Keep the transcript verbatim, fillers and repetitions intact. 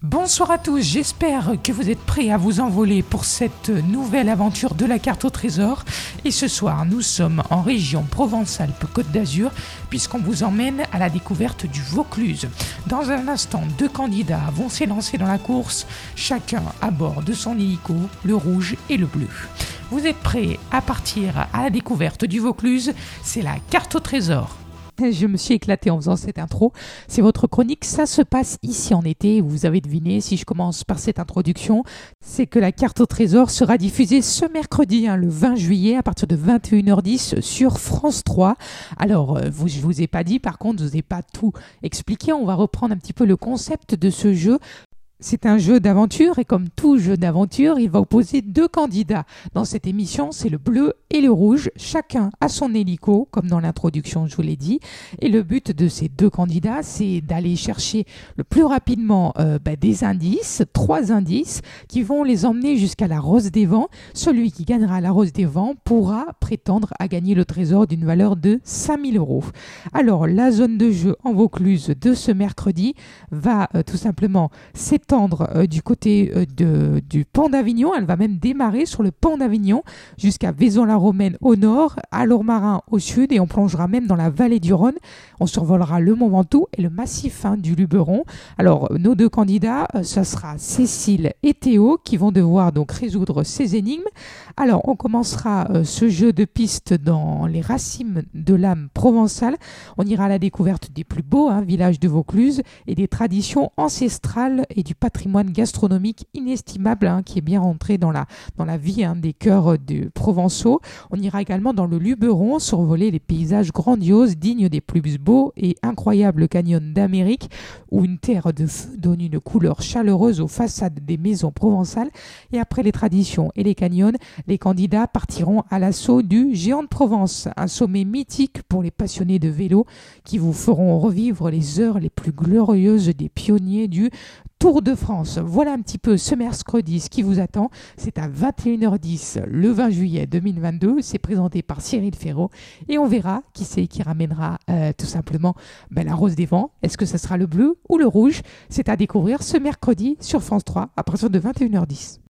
Bonsoir à tous, j'espère que vous êtes prêts à vous envoler pour cette nouvelle aventure de la carte au trésor. Et ce soir, nous sommes en région Provence-Alpes-Côte d'Azur, puisqu'on vous emmène à la découverte du Vaucluse. Dans un instant, deux candidats vont s'élancer dans la course, chacun à bord de son hélico, le rouge et le bleu. Vous êtes prêts à partir à la découverte du Vaucluse? C'est la carte au trésor. Je me suis éclatée en faisant cette intro. C'est votre chronique, ça se passe ici en été. Vous avez deviné, si je commence par cette introduction, c'est que la carte au trésor sera diffusée ce mercredi, hein, le vingt juillet, à partir de vingt et une heures dix sur France trois. Alors, vous, je ne vous ai pas dit, par contre, je ne vous ai pas tout expliqué. On va reprendre un petit peu le concept de ce jeu. C'est un jeu d'aventure et comme tout jeu d'aventure, il va opposer deux candidats. Dans cette émission, c'est le bleu et le rouge. Chacun a son hélico, comme dans l'introduction, je vous l'ai dit. Et le but de ces deux candidats, c'est d'aller chercher le plus rapidement euh, bah, des indices, trois indices, qui vont les emmener jusqu'à la Rose des Vents. Celui qui gagnera la Rose des Vents pourra prétendre à gagner le trésor d'une valeur de cinq mille euros. Alors, la zone de jeu en Vaucluse de ce mercredi va euh, tout simplement s'étendre Euh, du côté euh, de, du pont d'Avignon. Elle va même démarrer sur le pont d'Avignon jusqu'à Vaison-la-Romaine au nord, à Lourmarin au sud, et on plongera même dans la vallée du Rhône. On survolera le Mont Ventoux et le massif hein, du Luberon. Alors nos deux candidats, euh, ce sera Cécile et Théo qui vont devoir donc résoudre ces énigmes. Alors on commencera euh, ce jeu de piste dans les racines de l'âme provençale. On ira à la découverte des plus beaux hein, villages de Vaucluse et des traditions ancestrales et du patrimoine gastronomique inestimable hein, qui est bien rentré dans la, dans la vie hein, des cœurs du provençaux. On ira également dans le Luberon survoler les paysages grandioses dignes des plus beaux et incroyables canyons d'Amérique où une terre de feu donne une couleur chaleureuse aux façades des maisons provençales. Et après les traditions et les canyons, les candidats partiront à l'assaut du Géant de Provence, un sommet mythique pour les passionnés de vélo qui vous feront revivre les heures les plus glorieuses des pionniers du Tour de France. Voilà un petit peu ce mercredi ce qui vous attend. C'est à vingt et une heures dix le vingt juillet deux mille vingt-deux. C'est présenté par Cyril Ferraud et on verra qui c'est qui ramènera euh, tout simplement ben, la Rose des Vents. Est-ce que ce sera le bleu ou le rouge? C'est à découvrir ce mercredi sur France trois à partir de vingt et une heures dix.